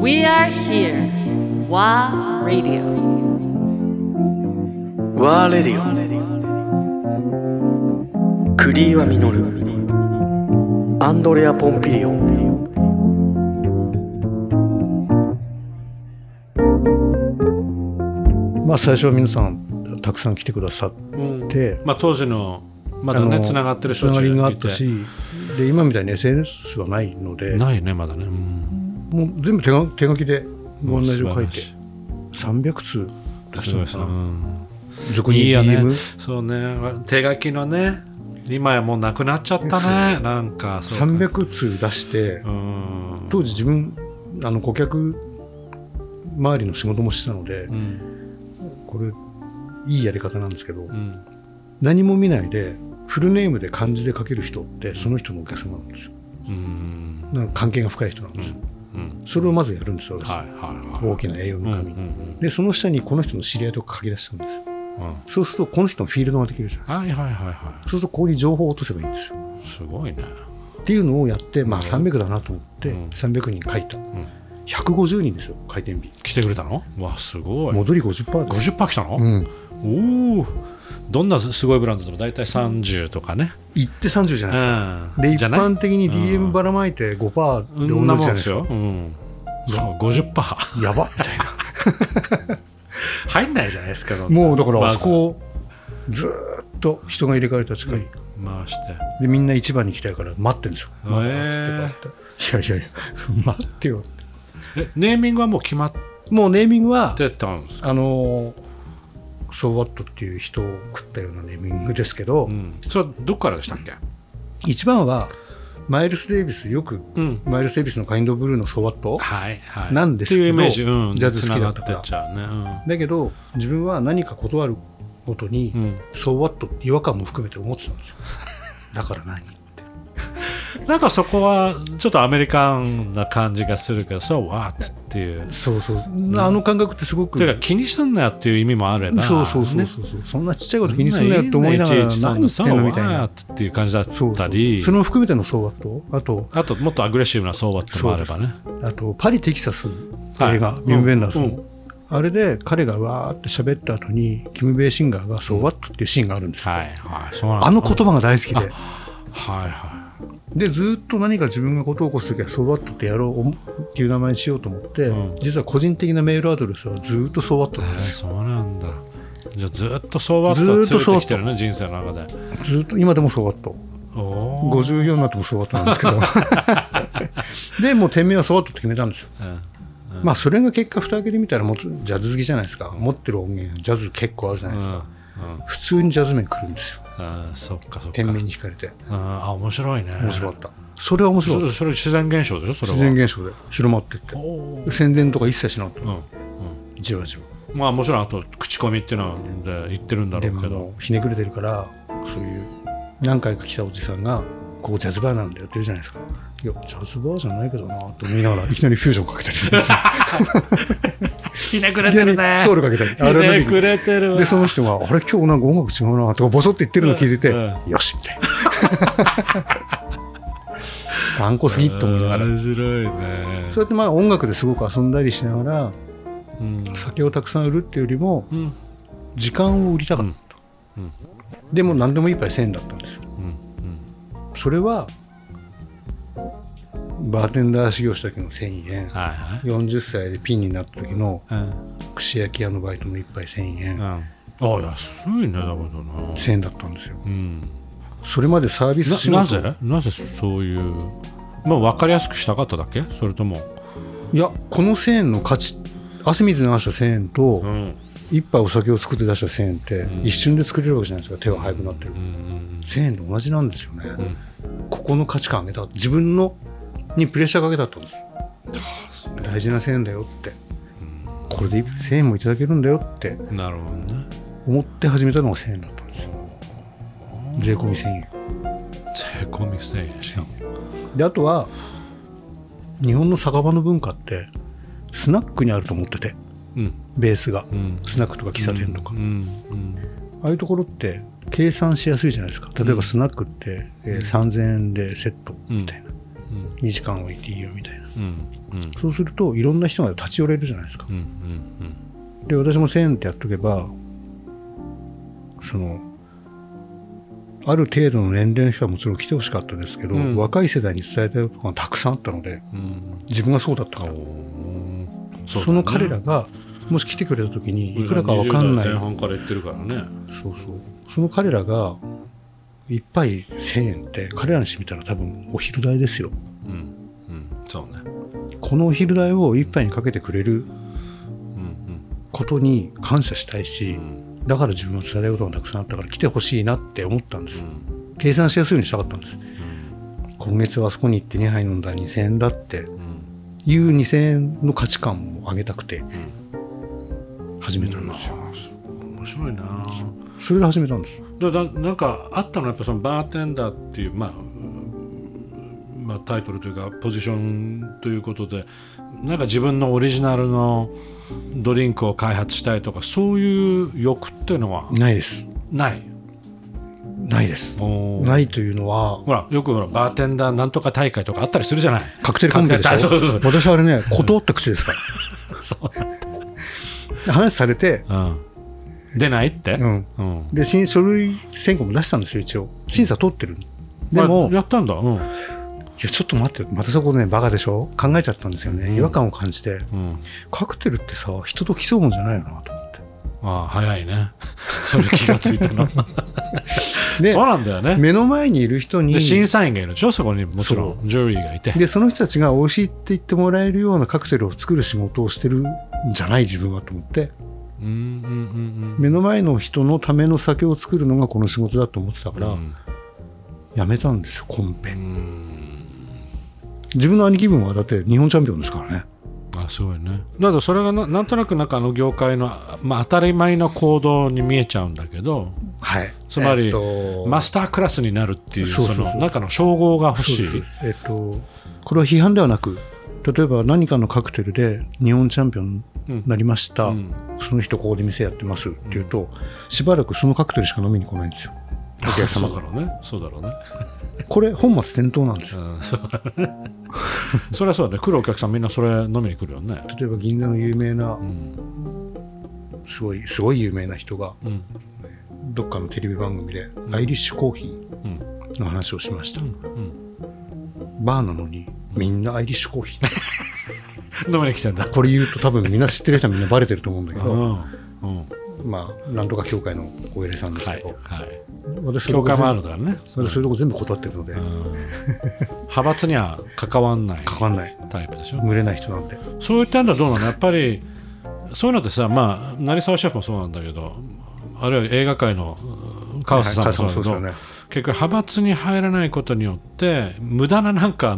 We are here. WA Radio. WA Radio。クリーワミノル、アンドレア・ポンピリオン。 まあ最初は皆さんたくさん来てくださって、 まあ、当時のまだねつながってる人たちがいて、 つながりがあったし、で今みたいに SNS はないので、 ないねまだね、 もう全部手書きでご案内状書いて300通出したのかな。俗に DM いいよね。そうね、手書きのね、今やもうなくなっちゃったね。なんかそう 300通出して、当時自分顧客周りの仕事もしてたので、これいいやり方なんですけど、何も見ないでフルネームで漢字で書ける人ってその人のお客様なんですよ。なんか関係が深い人なんですよ。それをまずやるんですよ、私。大きな A4 の紙に、でその下にこの人の知り合いとか書き出してるんですよ。そうするとこの人のフィールドができるじゃないですか。そうするとここに情報を落とせばいいんですよ。 すごいねっていうのをやって、まあ300だなと思って300人書いた。150人ですよ、開店日。 来てくれたの？わ、すごい。 戻り 50% です。 50% 来たの？おお。どんなすごいブランドでも大体30とかね。 行って30じゃないですか。で一般的に DM ばらまいて 5% で同じじゃないですか。 そう 50% やばみたいな入んないじゃないですか。 もうだからあそこずっと人が入れ替わり立ち替わり回してでみんな一番に来たいから待ってるんですよ。つってこうやっていや待ってよって。 ネーミングはもう決まってもうネーミングはたんですか。 ソーワットっていう人を食ったようなネーミングですけど、 それはどこからでしたっけ？ 一番はマイルス・デイビス、よく、マイルス・デイビスのカインド・ブルーのソーワットなんですけど、ジャズ好きだったから、だけど自分は何か断るごとに、ソーワットって違和感も含めて思ってたんですよ。だから何ってなんかそこはちょっとアメリカンな感じがするけど、そうワーっていう、 そう、あの感覚ってすごく、 てか気にすんなよっていう意味もあれば、 そう、そんなちっちゃいこと気にすんなよって思いながら何言ってんのみたいなっていう感じだったり、 それも含めてのソーワット、あともっとアグレッシブなソーワットもあればね、 あとパリ・テキサス映画、ビム・ベンダースの、あれで彼がわーって喋った後にキム・ベイシンガーがソーワットっていうシーンがあるんですよ。あの言葉が大好きで、でずっと何か自分がことを起こすときはソーワットってやろうっていう名前にしようと思って、実は個人的なメールアドレスはずっとソーワットなんですよ。 そうなんだ。じゃあずっとソーワットを連れてきてるね、人生の中で。 ずっと今でもソーワット。54になってもソーワットなんですけどでもう店名はソーワットって決めたんですよ。まあそれが結果蓋開けてみたらもっとジャズ好きじゃないですか。持ってる音源ジャズ結構あるじゃないですか。普通にジャズ面来るんですよ。 そっか店名に惹かれて。 面白いね。 面白かった。それは面白かった。 それ自然現象でしょ。それは自然現象で広まっていって宣伝とか一切しなかった。じわじわ。 まあもちろんあと口コミっていうので言ってるんだろうけど、 でもひねくれてるからそういう何回か来たおじさんがここジャズバーなんだよって言うじゃないですか。いやジャズバーじゃないけどなと思いながらいきなりフュージョンかけたりするんですよひねくれてるね。 ソウルかけたり。 ひねくれてるわ。 でその人があれ今日なんか音楽違うなとかボソッと言ってるのを聞いてて、よしみたいな頑固すぎと思いながら。 面白いね。 そうやってまあ音楽ですごく遊んだりしながら、酒をたくさん売るっていうよりも、時間を売りたかった、でも何でもいい杯1000円だったんですよ。それはバーテンダー修行した時の1000円、40歳でピンになった時の串焼き屋のバイトの1杯1000円、 安いね。だけどな 1000円だったんですよ。それまでサービス仕事なぜそういう、分かりやすくしたかっただけ？それともいやこの1000円の価値、汗水流した1000円と、一杯お酒を作って出した1000円って一瞬で作れるわけじゃないですか。手が早くなってる、1000円と同じなんですよね。ここの価値観上げた、自分のにプレッシャーかけたったんです。大事な1000円だよって、これで1000円もいただけるんだよって思って始めたのが1000円だったんですよ。税込み1000円。 税込み1000円で、あとは日本の酒場の文化ってスナックにあると思ってて、ベースが、スナックとか喫茶店とか、ああいうところって計算しやすいじゃないですか。例えばスナックって、3000円でセットみたいな、 2時間置いていいよみたいな、 うんうんそうするといろんな人が立ち寄れるじゃないですか、 うんうんで私も1000円ってやっとけばそのある程度の年齢の人はもちろん来てほしかったですけど、 うん若い世代に伝えたいことがたくさんあったので、 うん自分がそうだったから、 そうだねその彼らがもし来てくれた時にいくらか分かんない、 20代前半から言ってるからね。 そうそう、その彼らが一杯1000円って彼らにしてみたら多分お昼代ですよ。 うんうんそうね。 このお昼代を一杯にかけてくれるうんことに感謝したいし、 うんだから自分は伝えたいことがたくさんあったから来てほしいなって思ったんです、 うん計算しやすいようにしたかったんです。 うん今月はあそこに行って2杯飲んだら2000円だってうんいう2000円の価値観を上げたくてうん始めたんですよ。 面白いな。 それで始めたんです。 なんかあったのやっぱそのバーテンダーっていう、まあ、タイトルというかポジションということでなんか自分のオリジナルのドリンクを開発したいとかそういう欲っていうのはないです。 ない。 ないです。 おーないというのはほらよくほらバーテンダーなんとか大会とかあったりするじゃない。 カクテルコンペでしょ。 そうそうそう私はあれね断った口ですかそうら話されて、 うん、出ないって、 うんうんで書類選考も出したんですよ。一応審査通ってる。でもやったんだ、うんいやちょっと待ってよ、またそこねバカでしょ、考えちゃったんですよね、違和感を感じて、 うん、 カクテルってさ人と競うもんじゃないよなと思って。 ああ早いねそれ気がついたのでそうなんだよね。 目の前にいる人にで審査員がいるでしょそこにもちろんジュリーがいてでその人たちが美味しいって言ってもらえるようなカクテルを作る仕事をしてるんじゃない自分はと思って、 うんうんうん目の前の人のための酒を作るのがこの仕事だと思ってたから、 うんやめたんですよコンペ、 うん自分の兄貴分はだって日本チャンピオンですからね。 あすごいね。だからそれがなんとなくなんか業界の、まあ、当たり前の行動に見えちゃうんだけど、 はい、 つまり、マスタークラスになるっていうそうそうそうその中の称号が欲しい。 そうですこれは批判ではなく、例えば何かのカクテルで日本チャンピオンになりました、 うんその人ここで店やってますっていうと、しばらくそのカクテルしか飲みに来ないんですよお客様が。 そうだろうね。そうだろうね。 これ本末転倒なんですよ。 うん、そうだね。それはそうだね。来るお客さんみんなそれ飲みに来るよね。 例えば銀座の有名な、 うんすごい有名な人がうんどっかのテレビ番組でアイリッシュコーヒうんーの話をしました、 うんバーなのにみんなアイリッシュコーヒー飲みに来てんだ。 これ言うと多分みんな知ってる人はみんなバレてると思うんだけど、 うんうんまあなんとか協会のお偉いさんですはいけど、 はい。 私教会もあるそからね。 れそういうとこ全部断ってるので、 うん派閥には関わんない関わんないタイプでしょ。 群れない人なんで。 そういったんだどうなのやっぱりそういうのってさ、まあ成沢シェフもそうなんだけど、あるいは映画界の川瀬さんもそうだけど、 はい川瀬さんもそうですよね。 結局派閥に入らないことによって無駄ななんか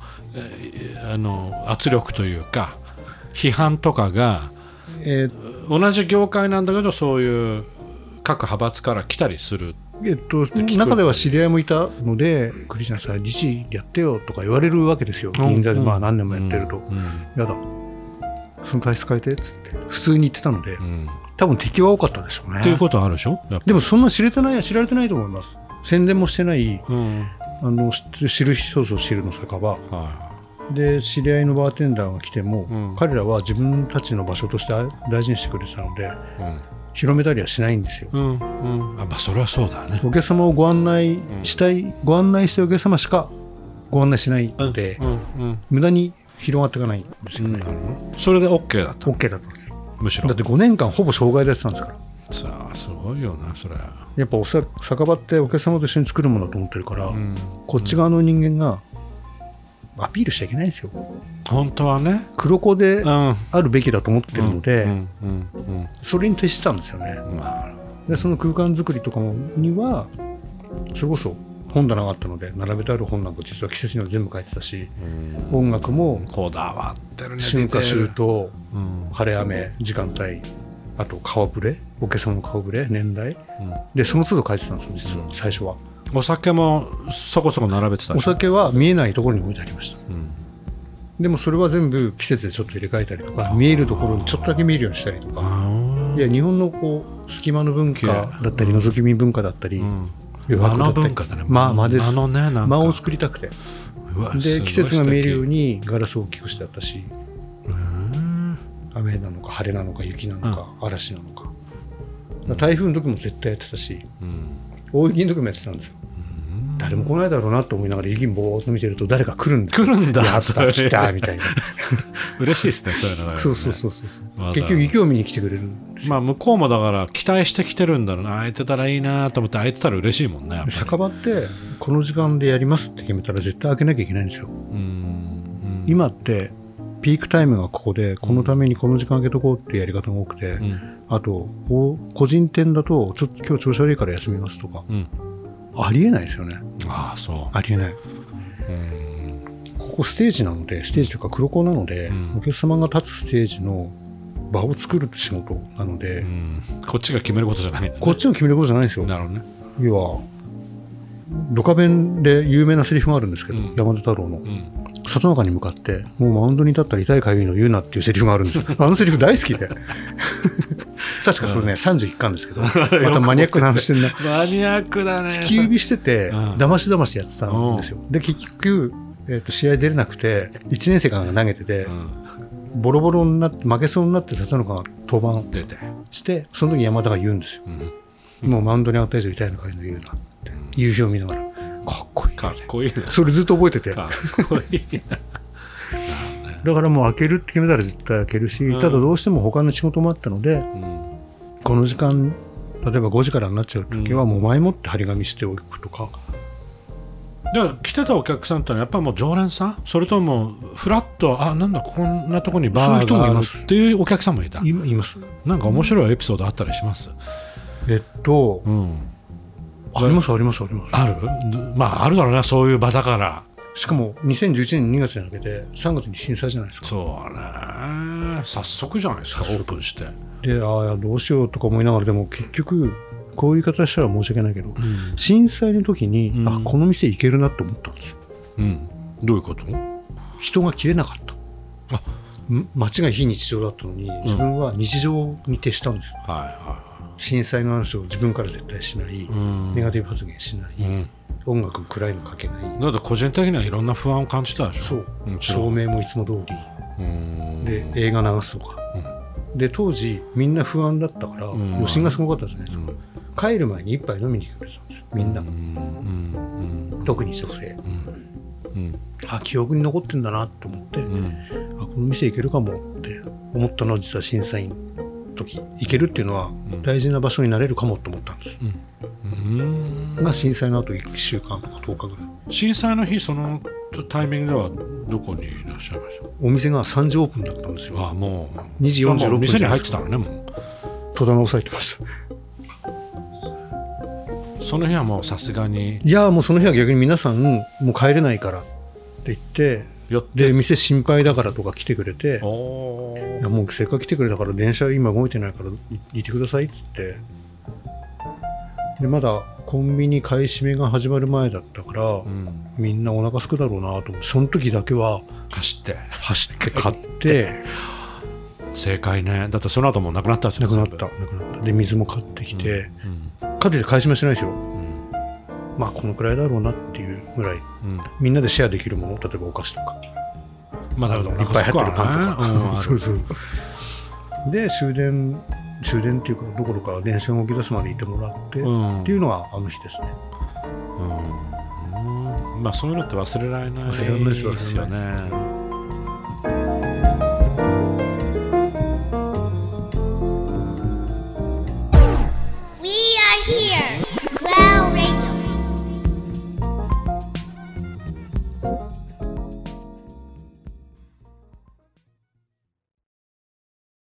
圧力というか批判とかが同じ業界なんだけどそういう各派閥から来たりする。 中では知り合いもいたので、クリスチャンさん理事やってよとか言われるわけですよ、銀座でまあ何年もやってると、やだその体質変えてっつって普通に言ってたので、多分敵は多かったでしょうね。 っていうことはあるでしょ。やっぱでもそんな知られてないと思います。宣伝もしてない、知る人ぞ知るの酒場で、知り合いのバーテンダーが来ても、彼らは自分たちの場所として大事にしてくれてたので、広めたりはしないんですよ。 まあそれはそうだね。 お客様をご案内したい、ご案内したいお客様しかご案内しないので、無駄に広がっていかないんですよね。 それで OK だった。 OK だったんですよ。 むしろだって5年間ほぼ生涯でやってたんですから。 さあすごいよなそれ。 やっぱ酒場ってお客様と一緒に作るものだと思ってるから、こっち側の人間がアピールしちゃいけないんですよ。 本当はね。 黒子であるべきだと思ってるので、それに徹してたんですよね。でその空間作りとかにはそれこそ本棚があったので、並べてある本なんか実は季節には全部書いてたし、音楽もこだわってるね。 春夏秋冬、晴れ雨時間帯、あと顔ぶれ、お客様の顔ぶれ、年代、でその都度書いてたんですよ実は最初は。 お酒もそこそこ並べてた。 お酒は見えないところに置いてありました、でもそれは全部季節でちょっと入れ替えたりとか、見えるところにちょっとだけ見えるようにしたりとか、いや日本のこう隙間の文化だったり、覗き見文化だったり、余白だったり、 間の文化だね。 間です。 間のね、なんか間を作りたくて。 で季節が見えるようにガラスを大きくしてあったし、雨なのか晴れなのか雪なのか嵐なのか、台風の時も絶対やってたし、大雪の時もやってたんですよ。誰も来ないだろうなと思いながら雪ぼーっと見てると誰か来るんだ、やった来たみたいな嬉しいですね、そういうのだからね。 そう結局雪を見に来てくれるんですよ。 まあ向こうもだから期待してきてるんだろうな、空いてたらいいなと思って空いてたら嬉しいもんね。 酒場ってこの時間でやりますって決めたら絶対開けなきゃいけないんですよ。今ってピークタイムがここでこのためにこの時間開けとこうっていうやり方が多くて、あと個人店だとちょっと今日調子悪いから休みますとか、ありえないですよね。ありえない。ここステージなので、ステージというか黒子なので、お客様が立つステージの場を作る仕事なので、 こっちが決めることじゃないんだね。 こっちが決めることじゃないんですよ。 なるほどね。 要はドカベンで有名なセリフがあるんですけど、山田太郎の、里中に向かってもうマウンドに立ったら痛いかゆいの言うなっていうセリフがあるんですよ。あのセリフ大好きで確かそれね、31巻ですけどまたマニアックな話してんな。 マニアックだね。 突き指しててだましだましやってたんですよ。で結局、試合出れなくて1年生かなんか投げてて、ボロボロになって負けそうになって里中が登板して、その時山田が言うんですよ、もうマウンドに上がった以上痛いのかゆいの言うなって夕日を見ながら、かっこいい、 かっこいいね。 それずっと覚えてて、 かっこいいだからもう開けるって決めたら絶対開けるし、ただどうしても他の仕事もあったので、この時間例えば5時からになっちゃう時はもう前もって張り紙しておくとか。 だから来てたお客さんってのはやっぱりもう常連さん、それともフラッとなんだこんなとこにバーがあるっていうお客さんもいた。 います。 なんか面白いエピソードあったりします？ あります。ある？ まああるだろうな、そういう場だから。 しかも2011年2月に開けて3月に震災じゃないですか。 そうね、早速じゃないですか、オープンして。 でどうしようとか思いながら、でも結局こういう言い方したら申し訳ないけど、震災の時に、この店行けるなって思ったんですよ。 どういうこと？ 人が切れなかった。街が非日常だったのに自分は日常に徹したんです。震災の話を自分から絶対しない、ネガティブ発言しない、音楽暗いのかけない。 だって個人的にはいろんな不安を感じたでしょ。そう、 照明もいつも通りで映画流すとか、で当時みんな不安だったから余震がすごかったじゃないですか。帰る前に一杯飲みに来てくれたんですよ、みんな。特に女性。記憶に残ってんだなと思って、この店行けるかもって思ったのは、実は震災の時行けるっていうのは大事な場所になれるかもと思ったんです。が震災の後1週間とか10日ぐらい。 震災の日、そのタイミングではどこにいらっしゃいました？ お店が3時オープンだったんですよ。 もう 2時46分。 店に入ってたのね。もう戸棚押さえてました。 その日はもうさすがに、 いやもうその日は逆に皆さんもう帰れないからって言って、で店心配だからとか来てくれて、いやもうせっかく来てくれたから電車今動いてないからいてくださいっつって、でまだコンビニ買い占めが始まる前だったから、みんなお腹すくだろうなと思って、その時だけは走って買って正解ね。だってその後もなくなったんですよ。 なくなったで水も買ってきて、かといって買い占めしないですよ。まあこのくらいだろうなっていうぐらい、みんなでシェアできるもの、例えばお菓子とか、いっぱい入ってるパンとか、そうで終電っていうかどころか電車が動き出すまでいてもらって、っていうのがあの日ですね。 まあそういうのって忘れられないですよね。